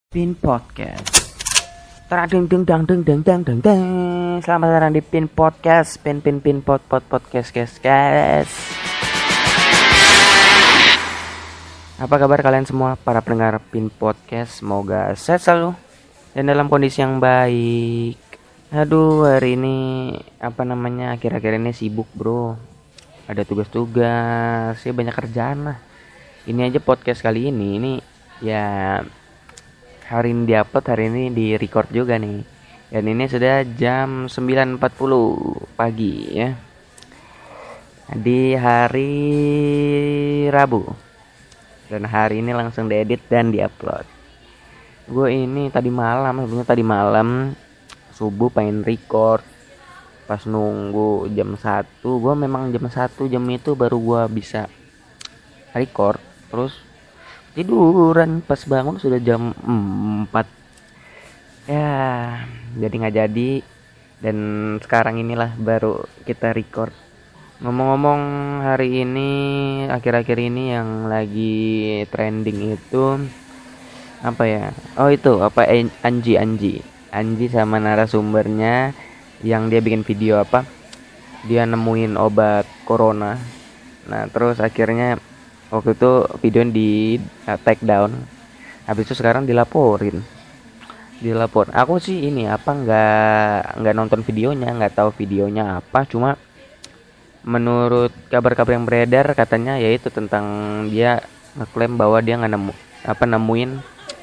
Pin Podcast. Tradeng deng dang deng deng dang deng deng. Selamat datang di Pin Podcast. Pin podcast guys. Apa kabar kalian semua para pendengar Pin Podcast? Semoga sehat selalu dan dalam kondisi yang baik. Aduh, hari ini akhir-akhir ini sibuk, Bro. Ada tugas-tugas, ya banyak kerjaan lah. Ini aja podcast kali ini ya hari ini diupload, hari ini di record juga nih. Dan ini sudah jam 9.40 pagi ya. Di hari Rabu. Dan hari ini langsung diedit dan diupload. Gue ini tadi malam subuh pengen record. Pas nunggu jam 1, gue memang jam 1 jam itu baru gue bisa record. Terus tiduran, pas bangun sudah jam 4 ya, jadi nggak jadi. Dan sekarang inilah baru kita record. Ngomong-ngomong, hari ini akhir-akhir ini yang lagi trending itu apa ya? Oh itu apa, Anji sama narasumbernya yang dia bikin video dia nemuin obat corona. Nah terus akhirnya waktu itu video di take down. Habis itu sekarang dilapor. Aku sih nggak nonton videonya, nggak tahu videonya apa. Cuma menurut kabar-kabar yang beredar katanya yaitu tentang dia ngeklaim bahwa dia nggak nemuin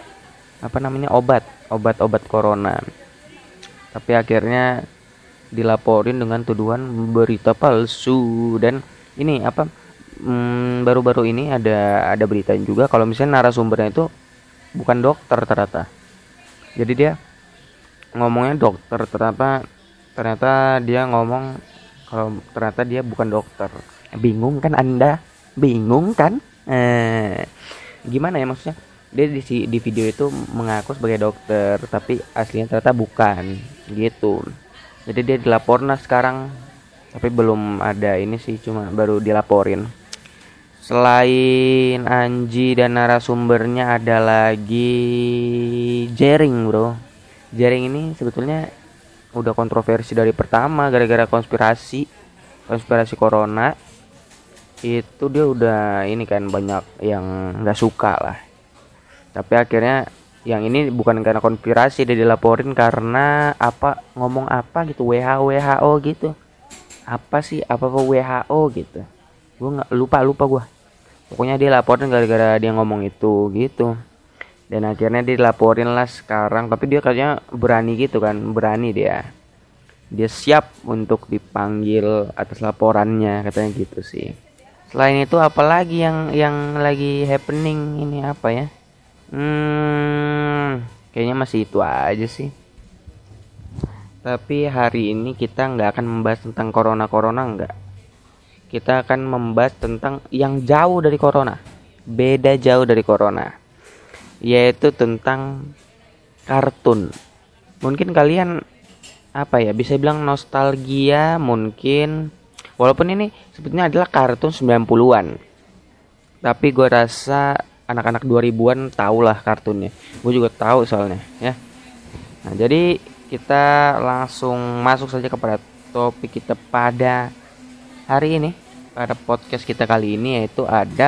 obat corona. Tapi akhirnya dilaporin dengan tuduhan berita palsu. Dan ini baru-baru ini ada berita juga kalau misalnya narasumbernya itu bukan dokter ternyata. Jadi dia ngomongnya dokter, ternyata dia ngomong kalau ternyata dia bukan dokter. Bingung kan Anda? Bingung kan? Gimana ya maksudnya? Dia di video itu mengaku sebagai dokter, tapi aslinya ternyata bukan gitu. Jadi dia dilaporin sekarang, tapi belum ada ini sih, cuma baru dilaporin. Selain Anji dan narasumbernya ada lagi Jering, Bro. Jering ini sebetulnya udah kontroversi dari pertama gara-gara konspirasi corona. Itu dia udah ini kan banyak yang nggak suka lah. Tapi akhirnya yang ini bukan karena konspirasi, dia dilaporin karena ngomong gitu WHO gitu. Apa WHO gitu. Gue nggak lupa gue. Pokoknya dia laporin gara-gara dia ngomong itu gitu. Dan akhirnya dia dilaporin lah sekarang. Tapi dia katanya berani gitu kan. Berani dia siap untuk dipanggil atas laporannya, katanya gitu sih. Selain itu apalagi yang lagi happening ini apa ya? Kayaknya masih itu aja sih. Tapi hari ini kita nggak akan membahas tentang corona enggak. Kita akan membahas tentang yang jauh dari corona, beda jauh dari corona, yaitu tentang kartun. Mungkin kalian bisa bilang nostalgia mungkin, walaupun ini sebetulnya adalah kartun 90-an. Tapi gue rasa anak-anak 2000-an tahulah kartunnya. Gue juga tahu soalnya ya. Nah, jadi kita langsung masuk saja kepada topik kita pada hari ini. Pada podcast kita kali ini yaitu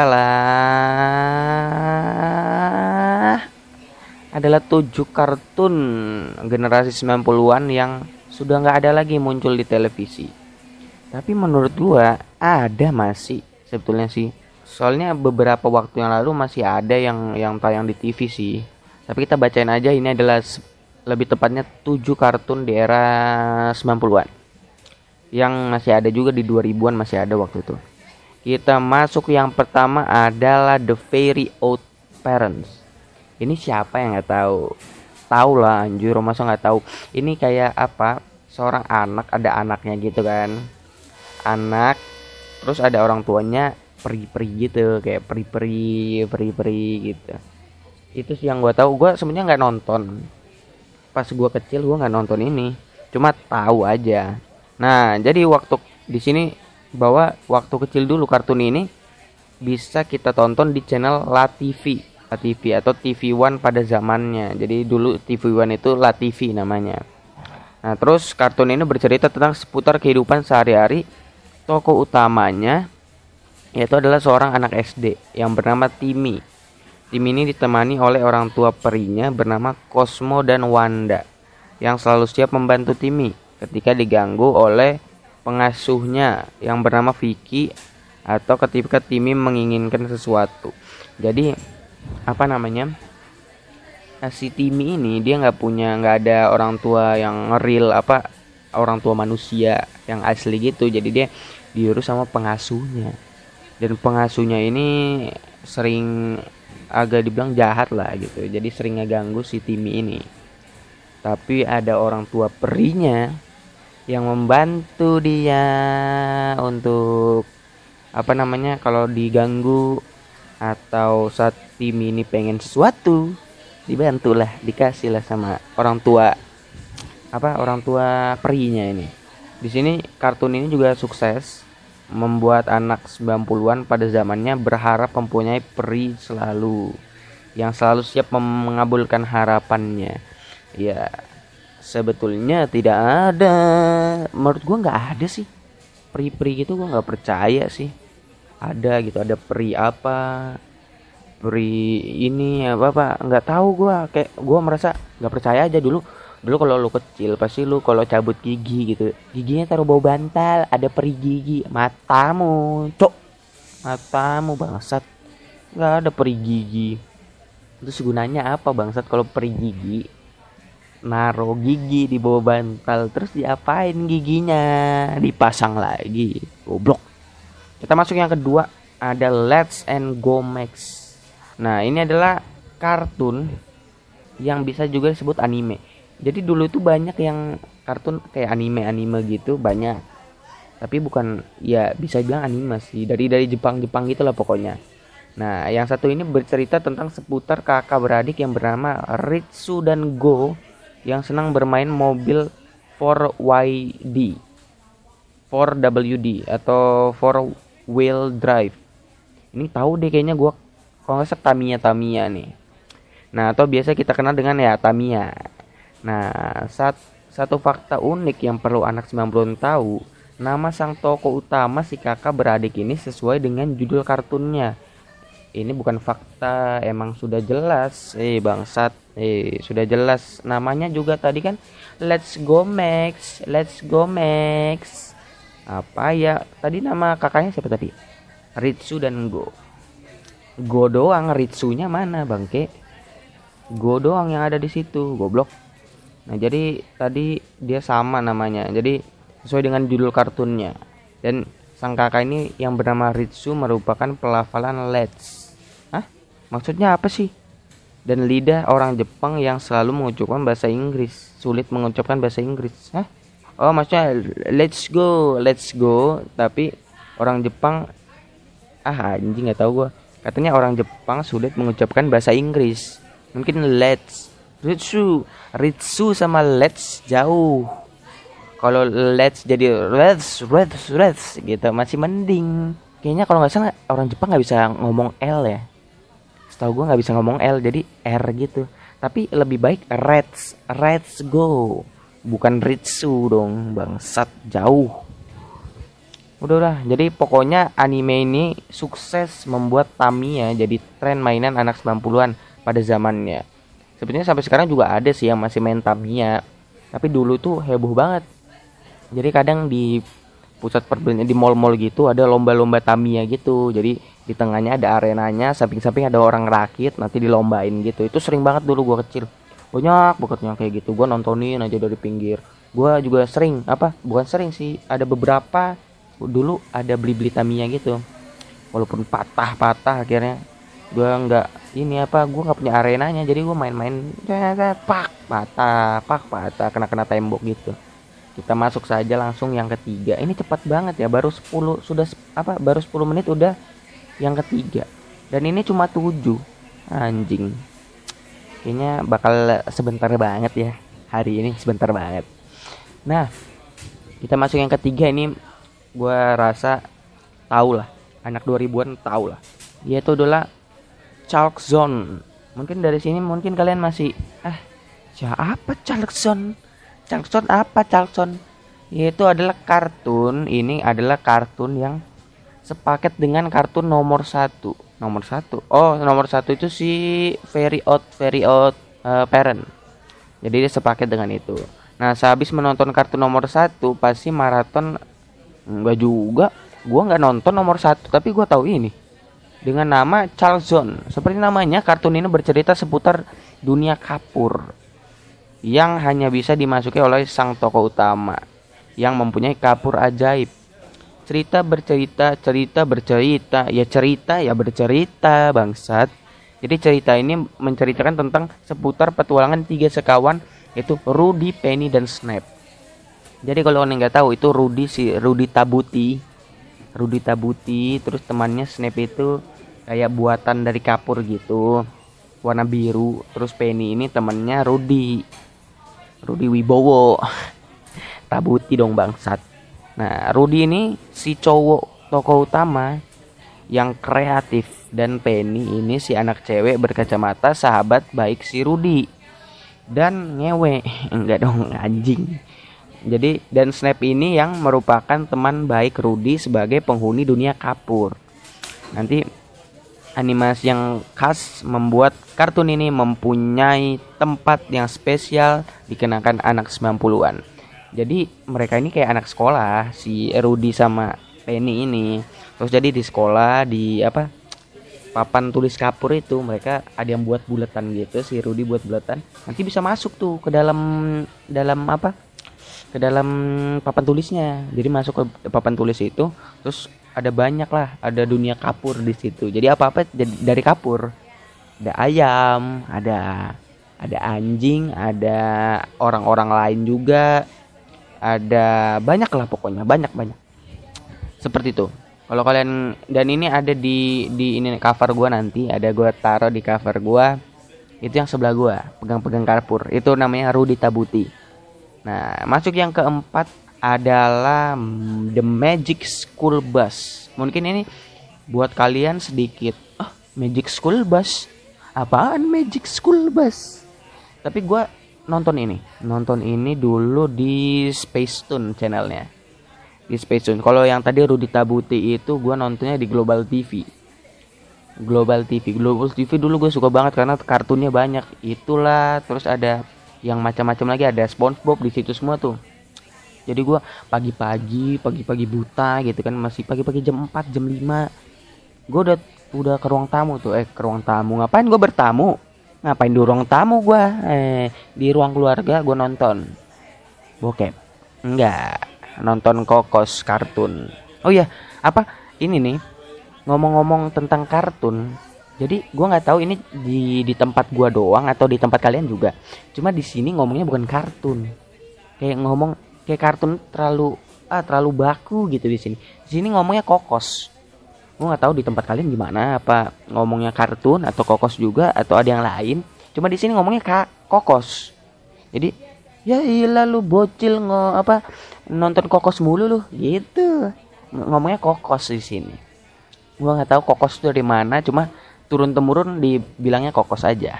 adalah 7 kartun generasi 90-an yang sudah nggak ada lagi muncul di televisi. Tapi menurut gua ada masih sebetulnya sih. Soalnya beberapa waktu yang lalu masih ada yang tayang di TV sih. Tapi kita bacain aja, ini adalah lebih tepatnya 7 kartun di era 90-an. Yang masih ada juga di 2000-an, masih ada waktu itu. Kita masuk yang pertama adalah The Very Odd Parents. Ini siapa yang nggak tahu? Tahu lah anjir, masa nggak tahu? Ini kayak seorang anak, ada anaknya gitu kan. Anak, terus ada orang tuanya peri-peri gitu, kayak peri-peri gitu. Itu sih yang gue tahu. Gue sebenarnya nggak nonton. Pas gue kecil gue nggak nonton ini, cuma tahu aja. Nah, jadi waktu di sini bahwa waktu kecil dulu kartun ini bisa kita tonton di channel La TV. LaTV atau TV One pada zamannya. Jadi dulu TV One itu LaTV namanya. Nah, terus kartun ini bercerita tentang seputar kehidupan sehari-hari. Tokoh utamanya yaitu adalah seorang anak SD yang bernama Timmy. Timmy ini ditemani oleh orang tua perinya bernama Cosmo dan Wanda, yang selalu siap membantu Timmy ketika diganggu oleh pengasuhnya yang bernama Vicky atau ketika Timmy menginginkan sesuatu. Jadi si Timmy ini dia nggak ada orang tua yang real, orang tua manusia yang asli gitu. Jadi dia diurus sama pengasuhnya, dan pengasuhnya ini sering agak dibilang jahat lah gitu. Jadi sering ngeganggu si Timmy ini. Tapi ada orang tua perinya yang membantu dia untuk kalau diganggu atau saat Timmy ini pengen sesuatu, dibantulah, dikasih lah sama orang tua perinya ini. Di sini kartun ini juga sukses membuat anak 90-an pada zamannya berharap mempunyai peri yang selalu siap mengabulkan harapannya. Ya, sebetulnya tidak ada. Menurut gue nggak ada sih peri-peri gitu, gue nggak percaya sih ada gitu. Ada peri ini nggak tahu. Gue merasa nggak percaya aja. Dulu kalau lu kecil pasti lu kalau cabut gigi gitu, giginya taruh bawah bantal, ada peri gigi. Matamu bangsat, nggak ada peri gigi. Terus gunanya apa bangsat kalau peri gigi? Naruh gigi di bawah bantal terus diapain? Giginya dipasang lagi, goblok. Kita masuk yang kedua, ada Let's and Go Max. Nah, ini adalah kartun yang bisa juga disebut anime. Jadi dulu itu banyak yang kartun kayak anime gitu, banyak. Tapi bukan, ya bisa bilang anime sih, dari Jepang gitu lah pokoknya. Nah, yang satu ini bercerita tentang seputar kakak beradik yang bernama Ritsu dan Go yang senang bermain mobil 4WD atau 4-wheel drive. Ini tahu deh kayaknya gue, kalau nggak salah Tamiya nih. Nah, atau biasa kita kenal dengan ya Tamiya. Nah, satu fakta unik yang perlu anak 90-an tahu, nama sang tokoh utama si kakak beradik ini sesuai dengan judul kartunnya. Ini bukan fakta, emang sudah jelas. Bangsat, sudah jelas. Namanya juga tadi kan Let's Go Max. Apa ya? Tadi nama kakaknya siapa tadi? Ritsu dan Go. Go doang, Ritsunya mana, bangke? Go doang yang ada di situ, goblok. Nah, jadi tadi dia sama namanya. Jadi sesuai dengan judul kartunnya. Dan sang kakak ini yang bernama Ritsu merupakan pelafalan Let's. Maksudnya apa sih? Dan lidah orang Jepang yang selalu mengucapkan bahasa Inggris, sulit mengucapkan bahasa Inggris. Oh, maksudnya let's go, tapi orang Jepang anjing nggak tahu gua. Katanya orang Jepang sulit mengucapkan bahasa Inggris. Mungkin let's, Ritsu sama let's jauh. Kalau let's jadi let's gitu masih mending. Kayaknya kalau nggak salah orang Jepang nggak bisa ngomong L ya. Setahu gue nggak bisa ngomong L, jadi R gitu. Tapi lebih baik let's go, bukan Ritsu dong, bangsat, jauh. Udah. Jadi pokoknya anime ini sukses membuat Tamiya jadi tren mainan anak 90-an pada zamannya. Sebenarnya sampai sekarang juga ada sih yang masih main Tamiya, tapi dulu tuh heboh banget. Jadi kadang di pusat perbelanjaan, di mall-mall gitu ada lomba-lomba Tamiya gitu. Jadi di tengahnya ada arenanya, samping-samping ada orang rakit, nanti dilombain gitu. Itu sering banget dulu gua kecil. Banyak banget yang kayak gitu. Gua nontonin aja dari pinggir. Gua juga sering, bukan sering sih, ada beberapa dulu ada beli-beli Tamiya gitu. Walaupun patah akhirnya gua nggak punya arenanya, jadi gua main-main patah, kena tembok gitu. Kita masuk saja langsung yang ketiga. Ini cepat banget ya, baru 10 menit udah yang ketiga. Dan ini cuma 7. Anjing. Kayaknya bakal sebentar banget ya. Hari ini sebentar banget. Nah, kita masuk yang ketiga ini, gua rasa tahu lah. Anak 2000-an tahu lah. Yaitu adalah Chalk Zone. Mungkin dari sini mungkin kalian masih siapa Charleston? Charleston apa Charleston? Itu adalah kartun. Ini adalah kartun yang sepaket dengan kartun nomor satu. Nomor satu. Oh, nomor satu itu si Very Odd Parent. Jadi dia sepaket dengan itu. Nah, sehabis menonton kartun nomor satu pasti maraton. Enggak juga. Gua nggak nonton nomor satu, tapi gua tahu ini dengan nama Charleston. Seperti namanya, kartun ini bercerita seputar dunia kapur yang hanya bisa dimasuki oleh sang tokoh utama yang mempunyai kapur ajaib. Cerita bercerita bangsat. Jadi cerita ini menceritakan tentang seputar petualangan 3 sekawan, yaitu Rudy, Penny, dan Snap. Jadi kalau kalian nggak tahu, itu Rudy Tabuti, terus temannya Snap itu kayak buatan dari kapur gitu, warna biru. Terus Penny ini temannya Rudy Wibowo. Tabuti dong bangsat. Nah, Rudy ini si cowok tokoh utama yang kreatif, dan Penny ini si anak cewek berkacamata sahabat baik si Rudy dan ngewe. Enggak dong, anjing. Jadi, dan Snap ini yang merupakan teman baik Rudy sebagai penghuni dunia kapur. Nanti animasi yang khas membuat kartun ini mempunyai tempat yang spesial dikenakan anak 90-an. Jadi mereka ini kayak anak sekolah, si Rudy sama Penny ini. Terus jadi di sekolah, di papan tulis kapur itu mereka ada yang buat buletan gitu, si Rudy buat buletan. Nanti bisa masuk tuh ke dalam ke dalam papan tulisnya. Jadi masuk ke papan tulis itu, terus ada banyak lah, ada dunia kapur di situ. Jadi apa-apa dari kapur. Ada ayam, ada anjing, ada orang-orang lain juga. Ada banyak lah pokoknya, banyak. Seperti itu. Kalau kalian, dan ini ada di ini cover gua, nanti ada gua taruh di cover gua. Itu yang sebelah gua, pegang-pegang kapur. Itu namanya Rudy Tabuti. Nah, masuk yang keempat adalah The Magic School Bus. Mungkin ini buat kalian sedikit, Magic School Bus, apaan Magic School Bus? Tapi gue nonton ini dulu di Spacetoon channelnya, di Spacetoon. Kalau yang tadi Rudy Tabuti itu gue nontonnya di Global TV dulu. Gue suka banget karena kartunnya banyak itulah. Terus ada yang macam-macam lagi, ada SpongeBob di situ semua tuh. Jadi gue pagi-pagi buta gitu kan, masih pagi-pagi jam 4 jam 5 gue udah ke ruang tamu tuh. Ke ruang tamu ngapain gue bertamu? Ngapain di ruang tamu gue? Di ruang keluarga gue nonton bokep. Enggak, nonton Kokos kartun. Oh iya, ini nih, ngomong-ngomong tentang kartun. Jadi gue nggak tahu ini di tempat gue doang atau di tempat kalian juga. Cuma di sini ngomongnya bukan kartun. Kayak kartun terlalu baku gitu di sini. Di sini ngomongnya Kokos. Gue nggak tahu di tempat kalian gimana, apa ngomongnya kartun atau Kokos juga atau ada yang lain. Cuma di sini ngomongnya Kokos. Jadi ya iyalah lu bocil nonton Kokos mulu lu gitu. Ngomongnya Kokos di sini. Gue nggak tahu Kokos itu dari mana, cuma turun temurun dibilangnya Kokos aja.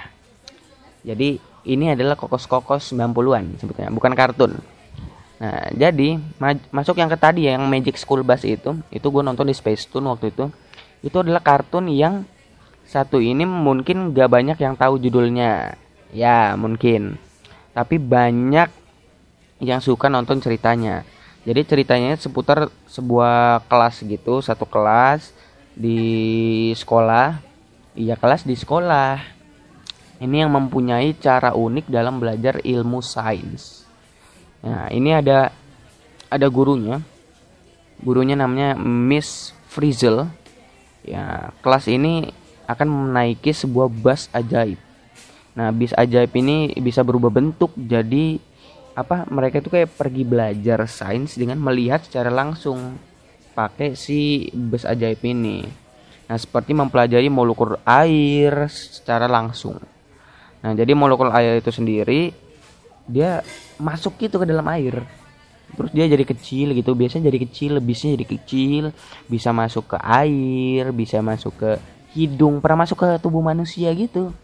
Jadi ini adalah Kokos 90-an sebetulnya, bukan kartun. Nah, jadi masuk yang ke tadi yang Magic School Bus itu gue nonton di Spacetoon waktu itu. Itu adalah kartun yang satu ini mungkin gak banyak yang tahu judulnya. Ya, mungkin. Tapi banyak yang suka nonton ceritanya. Jadi ceritanya seputar sebuah kelas gitu, satu kelas di sekolah. Iya, kelas di sekolah. Ini yang mempunyai cara unik dalam belajar ilmu sains. Nah, ini ada gurunya. Gurunya namanya Miss Frizzle. Ya, kelas ini akan menaiki sebuah bus ajaib. Nah, bus ajaib ini bisa berubah bentuk. Jadi mereka itu kayak pergi belajar sains dengan melihat secara langsung pakai si bus ajaib ini. Nah, seperti mempelajari molekul air secara langsung. Nah, jadi molekul air itu sendiri dia masuk gitu ke dalam air. Terus dia jadi kecil gitu. Biasanya jadi kecil, lebihnya jadi kecil. Bisa masuk ke air, bisa masuk ke hidung, pernah masuk ke tubuh manusia gitu.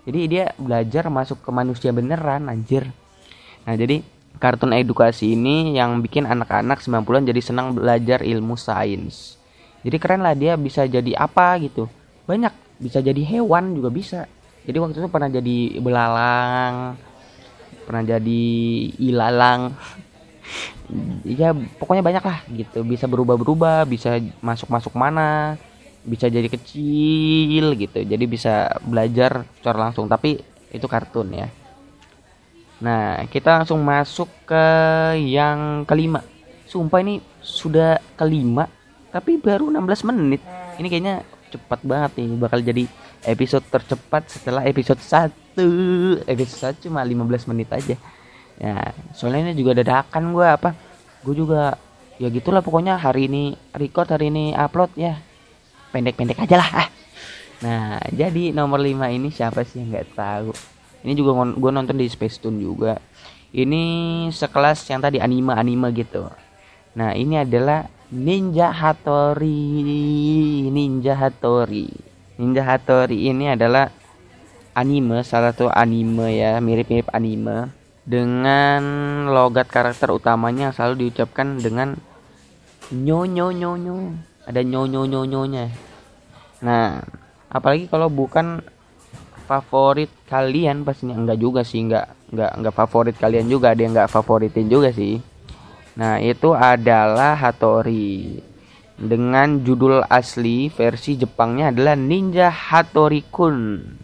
Jadi dia belajar masuk ke manusia beneran anjir. Nah, jadi kartun edukasi ini yang bikin anak-anak 90-an jadi senang belajar ilmu sains. Jadi keren lah, dia bisa jadi apa gitu. Banyak, bisa jadi hewan juga bisa. Jadi waktu itu pernah jadi belalang, pernah jadi ilalang. Ya pokoknya banyak lah gitu. Bisa berubah-berubah, bisa masuk-masuk mana, bisa jadi kecil gitu. Jadi bisa belajar secara langsung, tapi itu kartun ya. Nah, kita langsung masuk ke yang kelima. Sumpah ini sudah kelima, tapi baru 16 menit. Ini kayaknya cepat banget nih, bakal jadi episode tercepat setelah episode 1. Episode 1 cuma 15 menit aja. Ya, soalnya ini juga dadakan gue apa. Gue juga ya gitulah pokoknya, hari ini record, hari ini upload ya. Pendek-pendek aja lah. Nah, jadi nomor 5 ini siapa sih yang nggak tahu? Ini juga gue nonton di Space Tune juga. Ini sekelas yang tadi anime gitu. Nah, ini adalah Ninja Hattori. Ninja Hattori ini adalah anime, salah satu anime ya, mirip-mirip anime, dengan logat karakter utamanya yang selalu diucapkan dengan nyo. Ada nyo-nya. Nah, apalagi kalau bukan favorit kalian, pastinya enggak juga sih, enggak favorit kalian juga, ada yang enggak favoritin juga sih. Nah, itu adalah Hattori. Dengan judul asli versi Jepangnya adalah Ninja Hattori-kun.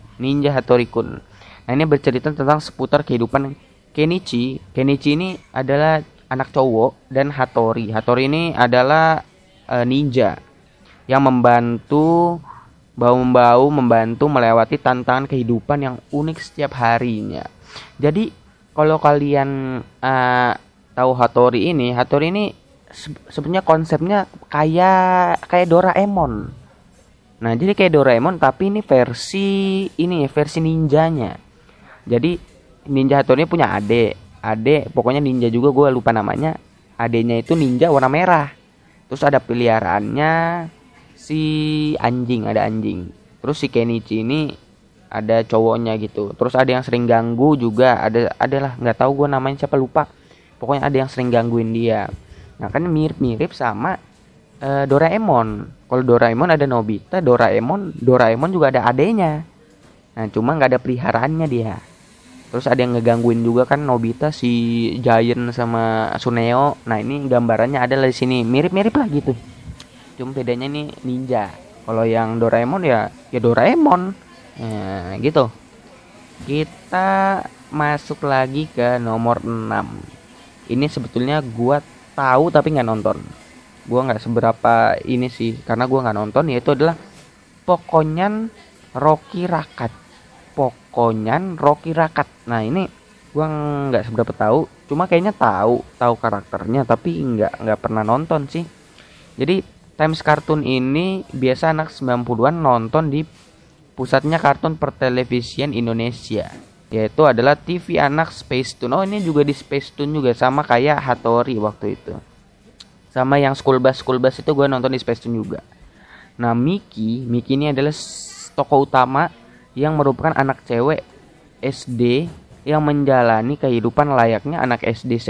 Nah, ini bercerita tentang seputar kehidupan Kenichi. Kenichi ini adalah anak cowok, dan Hattori ini adalah ninja yang membantu melewati tantangan kehidupan yang unik setiap harinya. Jadi kalau kalian tahu Hattori ini sebenarnya konsepnya kayak Doraemon. Nah, jadi kayak Doraemon, tapi ini versi ninjanya. Jadi Ninja Hattori punya adik pokoknya ninja juga, gue lupa namanya. Adiknya itu ninja warna merah. Terus ada peliharaannya ada anjing. Terus si Kenichi ini ada cowoknya gitu. Terus ada yang sering ganggu juga, adalah nggak tahu gue namanya siapa, lupa. Pokoknya ada yang sering gangguin dia. Nah, kan mirip-mirip sama Doraemon. Kalau Doraemon ada Nobita, Doraemon juga ada adenya. Nah, cuma nggak ada peliharaannya dia. Terus ada yang ngegangguin juga kan Nobita, si Giant sama Suneo. Nah, ini gambarannya ada di sini, mirip-mirip lah gitu. Cuma bedanya ini ninja. Kalau yang Doraemon ya Doraemon. Nah, gitu. Kita masuk lagi ke nomor 6. Ini sebetulnya gua tahu tapi nggak nonton. Gua nggak seberapa ini sih, karena gua nggak nonton. Yaitu adalah Pokonyan Rocky Rakat. Nah, ini gua nggak seberapa tahu. Cuma kayaknya tahu karakternya, tapi nggak pernah nonton sih. Jadi Times Kartun ini biasa anak 90-an nonton di pusatnya Kartun Pertelevisian Indonesia, yaitu adalah TV anak Space Tune. Oh, ini juga di Space Tune juga, sama kayak Hattori waktu itu. Sama yang School Bus itu gue nonton di Space Tune juga. Nah, Miki ini adalah tokoh utama yang merupakan anak cewek SD yang menjalani kehidupan layaknya anak SD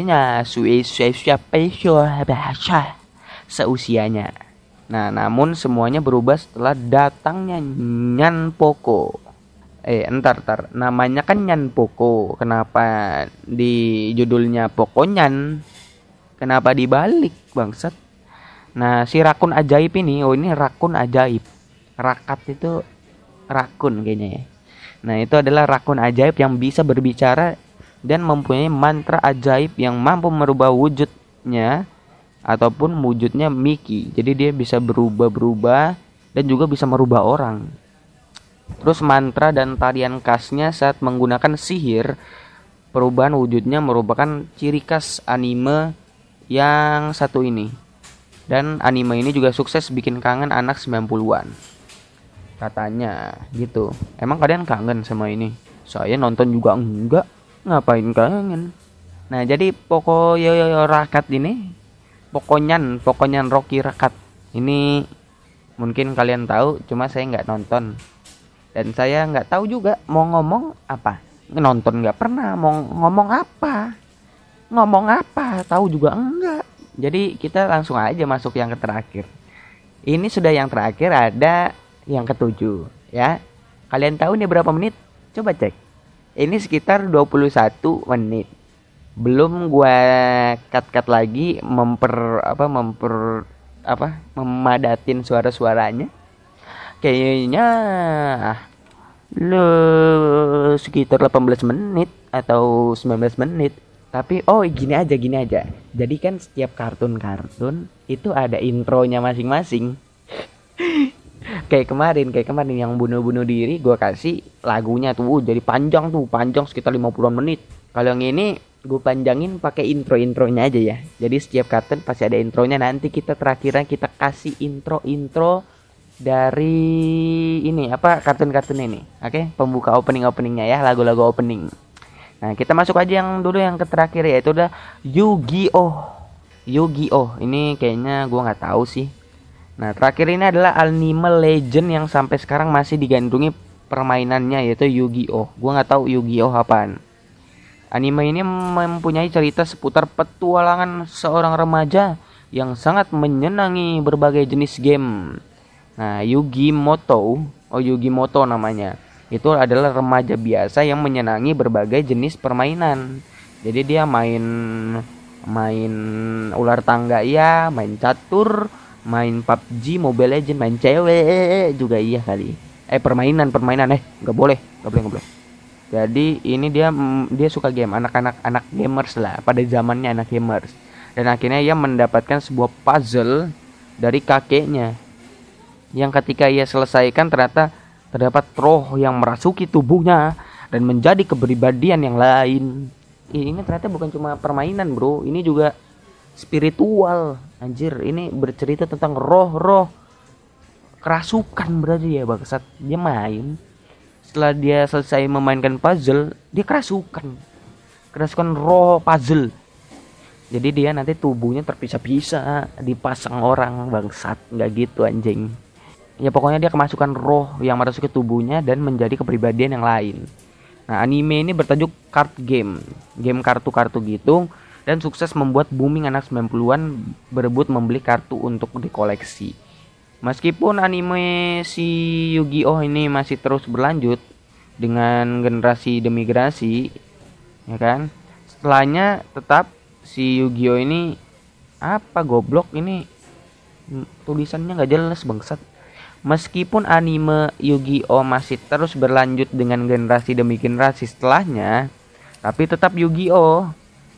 seusianya. Nah, namun semuanya berubah setelah datangnya Nyan Poko. Namanya kan Nyan Poko. Kenapa di judulnya Pokonyan? Kenapa dibalik, bangsat? Nah, si rakun ajaib ini, ini rakun ajaib. Rakat itu rakun kayaknya ya. Nah, itu adalah rakun ajaib yang bisa berbicara dan mempunyai mantra ajaib yang mampu merubah wujudnya ataupun wujudnya Miki. Jadi dia bisa berubah-berubah dan juga bisa merubah orang. Terus mantra dan tarian khasnya saat menggunakan sihir perubahan wujudnya merupakan ciri khas anime yang satu ini. Dan anime ini juga sukses bikin kangen anak 90-an. Katanya gitu. Emang kalian kangen sama ini? Saya nonton juga enggak. Ngapain kangen? Nah, jadi Rakat ini, Pokonyan Rocky Rakat ini mungkin kalian tahu, cuma saya nggak nonton. Dan saya nggak tahu juga mau ngomong apa. Nonton nggak pernah, mau ngomong apa, tahu juga enggak. Jadi kita langsung aja masuk yang terakhir. Ini sudah yang terakhir, ada yang ketujuh ya. Kalian tahu nih berapa menit? Coba cek. Ini sekitar 21 menit. Belum gua cut lagi memadatin suara-suaranya. Kayaknya sekitar 18 menit atau 19 menit. Tapi gini aja. Jadi kan setiap kartun itu ada intronya masing-masing. Kayak kemarin yang bunuh-bunuh diri, gue kasih lagunya tuh jadi panjang sekitar 50-an menit. Kalau yang ini gue panjangin pakai intronya aja ya. Jadi setiap kartun pasti ada intronya. Nanti kita terakhiran kita kasih intro dari ini kartun-kartun ini. Oke, pembuka openingnya ya, lagu-lagu opening. Nah, kita masuk aja yang dulu yang terakhir ya, itu udah Yu-Gi-Oh. Ini kayaknya gua nggak tahu sih. Nah, terakhir ini adalah anime legend yang sampai sekarang masih digandrungi permainannya, yaitu Yu-Gi-Oh. Gua nggak tahu Yu-Gi-Oh apaan. Anime ini mempunyai cerita seputar petualangan seorang remaja yang sangat menyenangi berbagai jenis game. Nah, Yugimoto namanya. Itu adalah remaja biasa yang menyenangi berbagai jenis permainan. Jadi dia main ular tangga iya, main catur, main PUBG, Mobile Legends, main cewek juga iya kali. Permainan nggak boleh. Jadi ini dia suka game, anak gamers lah, pada zamannya anak gamers. Dan akhirnya ia mendapatkan sebuah puzzle dari kakeknya, yang ketika ia selesaikan ternyata terdapat roh yang merasuki tubuhnya dan menjadi kepribadian yang lain. Ini ternyata bukan cuma permainan bro, ini juga spiritual. Anjir, ini bercerita tentang roh kerasukan berarti ya bangsat. Dia main, setelah dia selesai memainkan puzzle, dia kerasukan roh puzzle. Jadi dia nanti tubuhnya terpisah-pisah, dipasang orang bangsat. Nggak gitu anjing. Ya pokoknya dia kemasukan roh yang merasuki tubuhnya dan menjadi kepribadian yang lain. Nah, anime ini bertajuk card game kartu-kartu gitu, dan sukses membuat booming anak 90-an berebut membeli kartu untuk dikoleksi. Meskipun anime si Yu-Gi-Oh ini masih terus berlanjut dengan generasi demi generasi, ya kan? Setelahnya tetap si Yu-Gi-Oh ini goblok ini tulisannya nggak jelas bangsat. Meskipun anime Yu-Gi-Oh masih terus berlanjut dengan generasi demi generasi setelahnya, tapi tetap Yu-Gi-Oh.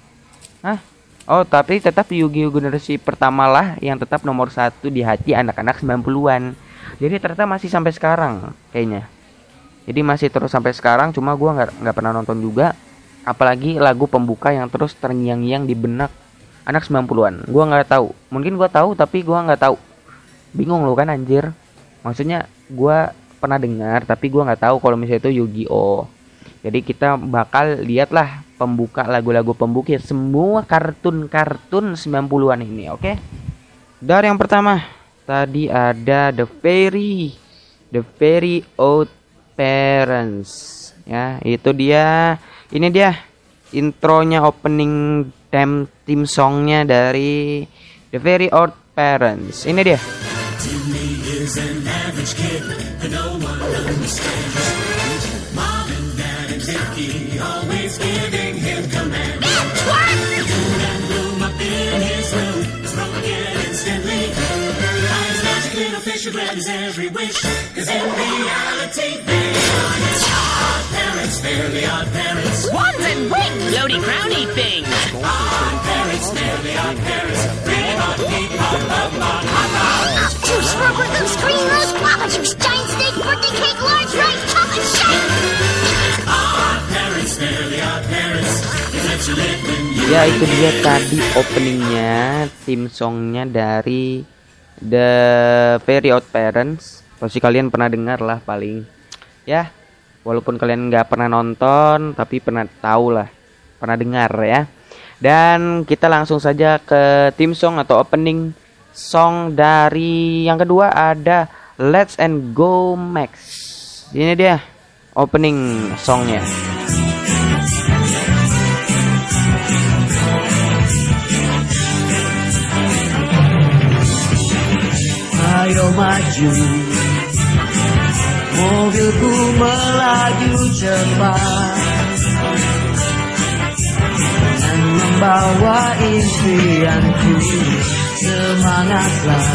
Tapi tetap Yu-Gi-Oh generasi pertama lah yang tetap nomor 1 di hati anak-anak 90-an. Jadi ternyata masih sampai sekarang kayaknya. Jadi masih terus sampai sekarang, cuma gua nggak pernah nonton juga. Apalagi lagu pembuka yang terus terngiang-ngiang di benak anak 90-an. Gua nggak tahu. Mungkin gua tahu tapi gua nggak tahu. Bingung lo kan anjir. Maksudnya gue pernah dengar tapi gue nggak tahu kalau misalnya itu Yu-Gi-Oh. Jadi kita bakal lihatlah pembuka lagu-lagu pembuka semua kartun 90-an ini, oke? Dari yang pertama tadi ada The Very Odd Parents. Ya, itu dia. Ini dia intronya, opening theme songnya dari The Very Odd Parents. Ini dia. Is an average kid that no one understands. Mom and Dad and Vicky always giving him commands. Doom and gloom up in his room, smoke again instantly. Eyes magic little fish who grabs every wish, 'cause in reality they are his odd parents, fairly odd parents. Wands and rings, floaty crowny things. Odd parents, fairly odd parents. Big on deep on love on Juice, rubber goose, green rose, guava juice, giant steak, birthday cake, large rice, chocolate shake. Odd parents, fairly odd parents. Ya itu dia tadi openingnya, theme songnya dari The Very Odd Parents. Pasti kalian pernah dengar lah paling. Ya, walaupun kalian nggak pernah nonton, tapi pernah tahu lah, pernah dengar ya. Dan kita langsung saja ke theme song atau opening song dari yang kedua, ada Let's and Go Max. Ini dia opening songnya. Ayo maju, mobilku melaju cepat dan membawa impianku. Semangatlah,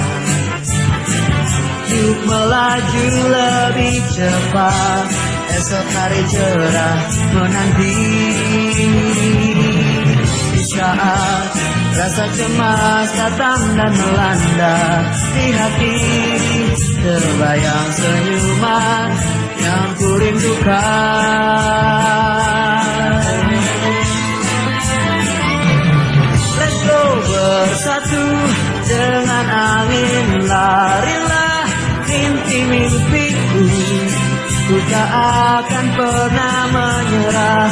yuk melaju lebih cepat. Esok hari cerah menanti. Di saat rasa cemas datang dan melanda di hati, terbayang senyuman yang ku rindukan. Let's go bersatu dengan angin, larilah mimpi-mimpiku. Ku tak akan pernah menyerah.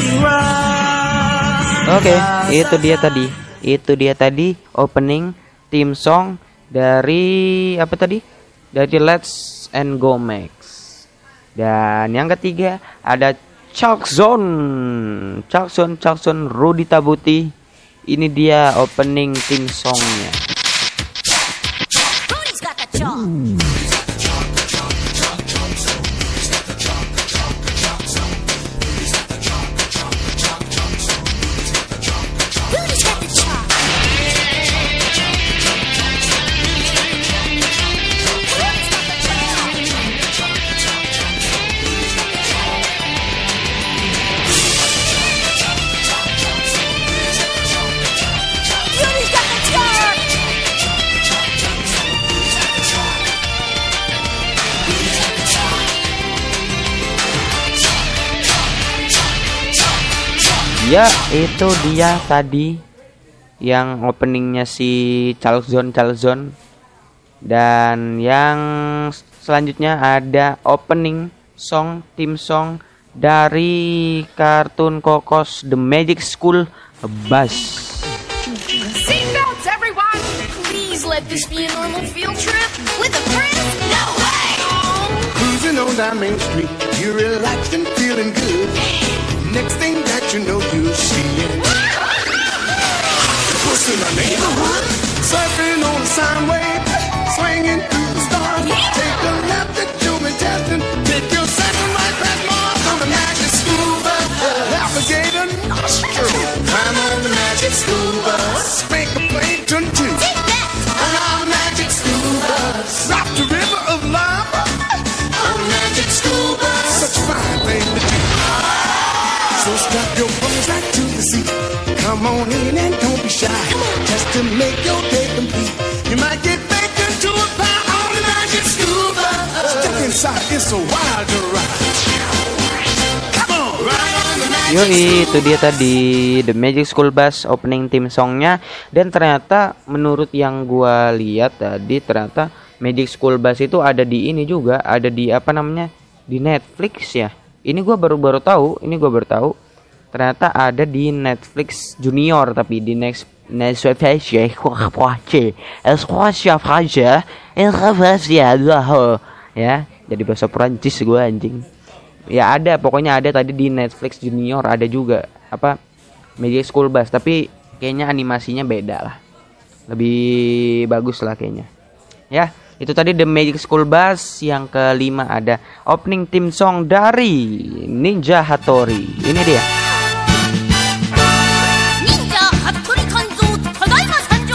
Oke, itu dia tadi opening theme song dari apa tadi? Dari Let's and Go Max. Dan yang ketiga ada Chalkzone Rudy Tabuti. Ini dia opening theme songnya. Rudy's got the chalk. Ya, itu dia tadi yang openingnya si Chalkzone. Dan yang selanjutnya ada opening song, theme song dari kartun Kokos The Magic School Bus. Seatbelts, everyone! Please let this be a normal field trip with a friend? No way! Cruising on down Main Street, you're relaxed and feeling good. Next thing that you know, you're seeing what's in the neighborhood? Surfing on the sound wave, swinging through the stars. Take a left at Junior Testing, take your second right past Mars on the Magic School Bus. Navigator nostril, climb on the Magic School Bus. Spank a plane, turn two, on our Magic School Bus. Drop the river of love on the Magic School Bus. Such a fine thing to do. So strap your bones right to the seat. Come on in and don't be shy. Just to make your day complete. You might get baked into a pie on the Magic School Bus. Step inside, it's a wild ride. Come on, ride on the Magic School Bus. Itu dia tadi The Magic School Bus opening theme songnya. Dan ternyata menurut yang gua lihat tadi, ternyata Magic School Bus itu ada di ini juga, ada di apa namanya, di Netflix ya. Ini gue baru tahu. Ternyata ada di Netflix Junior, tapi di ya. Jadi bahasa Perancis gue anjing. Ya ada, pokoknya ada tadi di Netflix Junior, ada juga apa Magic School Bus, tapi kayaknya animasinya beda lah. Lebih bagus lah kayaknya. Ya. Itu tadi The Magic School Bus. Yang kelima ada opening theme song dari Ninja Hattori. Ini dia. Ninja Hattori Kanzo Tadaima Sanjo.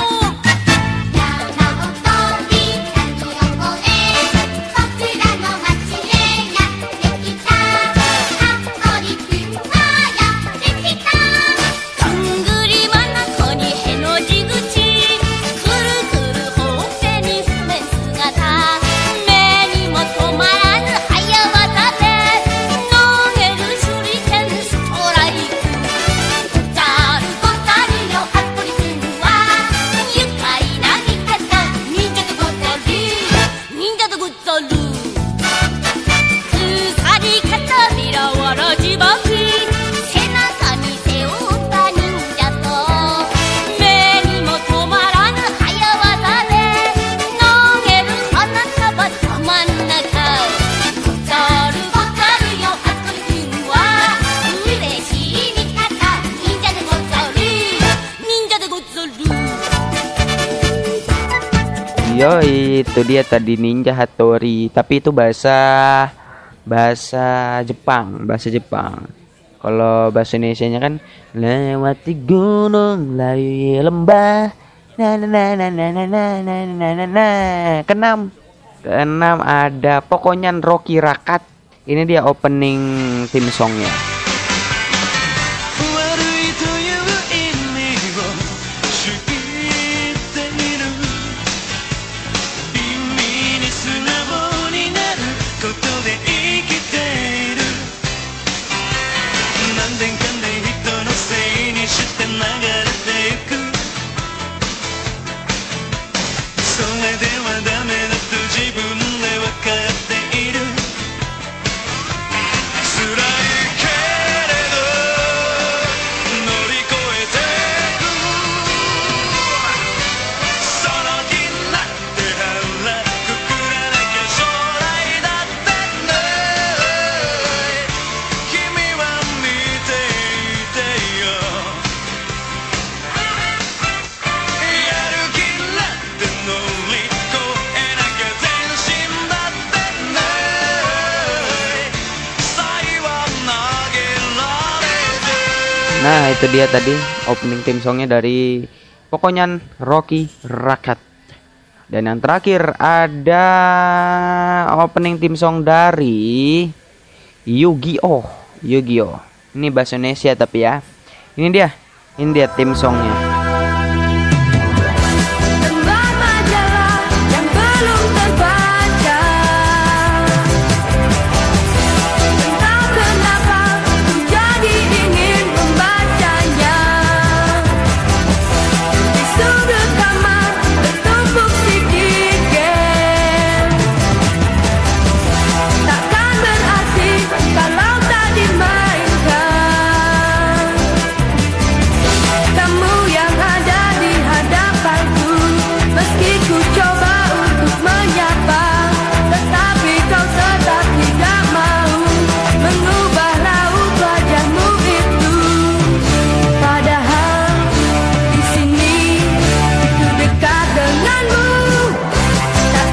Yo, itu dia tadi Ninja Hattori, tapi itu bahasa bahasa Jepang. Kalau bahasa Indonesianya kan lewati gunung, lalui lembah. Keenam ada pokoknya Rocky Rakat. Ini dia opening theme songnya. Nah, itu dia tadi opening theme songnya dari pokoknya Rocky Rakat. Dan yang terakhir ada opening theme song dari Yu-Gi-Oh. Ini bahasa Indonesia tapi ya. Ini dia theme songnya. Lembar majalah yang belum terbaca. Entah kenapa ku jadi ingin membacanya. Di sudut kamar bertumpuk CD game. Takkan berarti kalau tak dimainkan. Kamu yang ada di hadapanku, meski ku coba untuk menyapa, tetapi kau tetap tidak mau mengubah raut wajahmu itu. Padahal di sini itu dekat denganmu, tak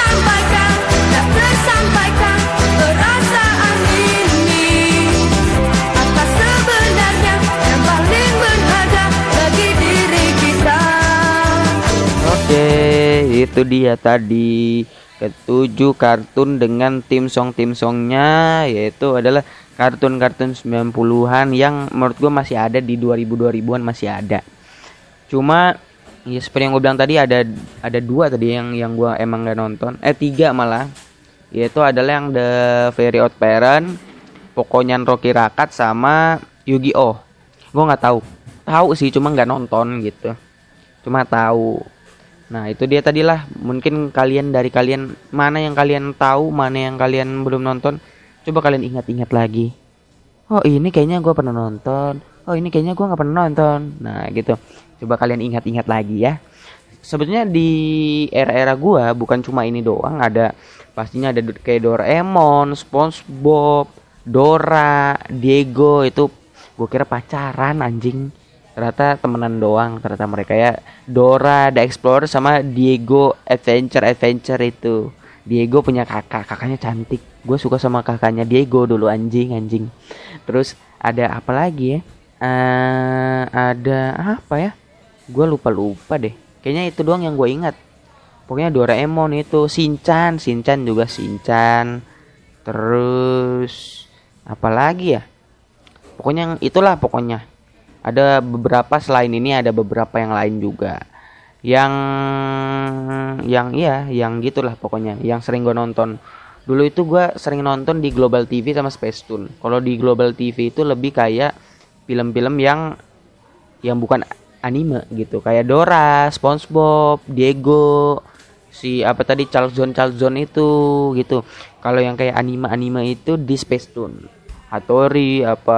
tersampaikan perasaan ini. Apa sebenarnya yang paling berharga bagi diri kita? Oke, itu dia tadi ketujuh kartun dengan tim songnya, yaitu adalah kartun-kartun 90-an yang menurut gue masih ada di 2000-2000-an masih ada. Cuma ya seperti yang gue bilang tadi ada dua tadi yang gue emang gak nonton, tiga malah, yaitu adalah yang The Very Odd Parent, pokoknya Rocky Rakat sama Yu-Gi-Oh. Gue nggak tahu sih, cuma nggak nonton gitu, cuma tahu. Nah, itu dia tadilah. Mungkin dari kalian mana yang kalian tahu, mana yang kalian belum nonton, coba kalian ingat-ingat lagi. Oh, ini kayaknya gue pernah nonton. Oh, ini kayaknya gue nggak pernah nonton. Nah, gitu. Coba kalian ingat-ingat lagi ya. Sebetulnya di era-era gue bukan cuma ini doang, pastinya ada kayak Doraemon, SpongeBob, Dora, Diego. Itu gue kira pacaran anjing. Ternyata temenan doang, ternyata mereka ya. Dora the Explorer sama Diego Adventure itu. Diego punya kakaknya cantik. Gue suka sama kakaknya Diego dulu, anjing. Terus ada apa lagi ya? Ada apa ya? Gue lupa deh. Kayaknya itu doang yang gue ingat. Pokoknya Doraemon itu, Shinchan juga Shinchan. Terus apa lagi ya? Pokoknya itulah pokoknya. Ada beberapa selain ini, ada beberapa yang lain juga. Yang gitulah pokoknya. Yang sering gue nonton. Dulu itu gue sering nonton di Global TV sama Space Tune. Kalau di Global TV itu lebih kayak film-film yang bukan anime gitu. Kayak Dora, SpongeBob, Diego, Charles John itu gitu. Kalau yang kayak anime itu di Space Tune. Hattori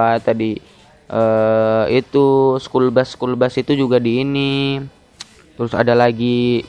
itu School Bus itu juga di ini. Terus ada lagi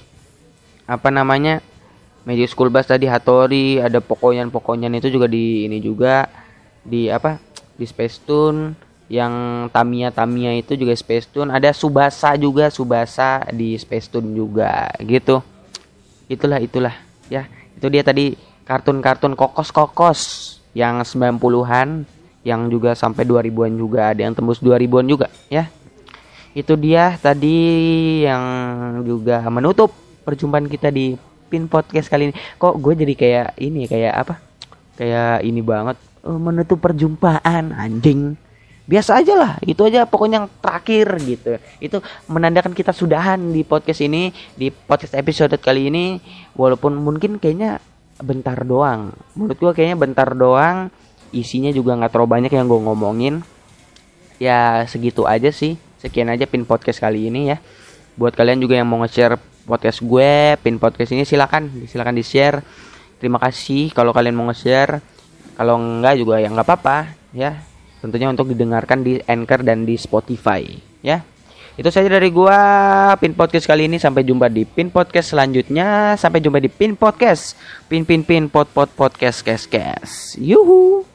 Magic School Bus tadi, Hattori, ada Pokonyan itu juga di ini juga di Space Tune. Yang Tamiya itu juga Space Tune. Ada Subasa di Space Tune juga gitu. itulah ya. Itu dia tadi kartun-kartun kokos yang 90-an, yang juga sampai 2000-an juga, ada yang tembus 2000-an juga ya. Itu dia tadi yang juga menutup perjumpaan kita di Pin Podcast kali ini. Kok gue jadi kayak ini, kayak apa? Kayak ini banget, menutup perjumpaan anjing. Biasa aja lah, itu aja pokoknya yang terakhir gitu. Itu menandakan kita sudahan di podcast ini, di podcast episode kali ini. Walaupun mungkin kayaknya bentar doang, menurut gue kayaknya bentar doang, isinya juga gak terlalu banyak yang gue ngomongin. Ya segitu aja sih, sekian aja Pin Podcast kali ini ya. Buat kalian juga yang mau nge-share podcast gue, Pin Podcast ini silakan di share. Terima kasih kalau kalian mau nge-share. Kalau enggak juga ya nggak apa-apa ya. Tentunya untuk didengarkan di Anchor dan di Spotify ya. Itu saja dari gua Pin Podcast kali ini. Sampai jumpa di Pin Podcast selanjutnya. Sampai jumpa di Pin Podcast. Pin podcast kes. Yuhu.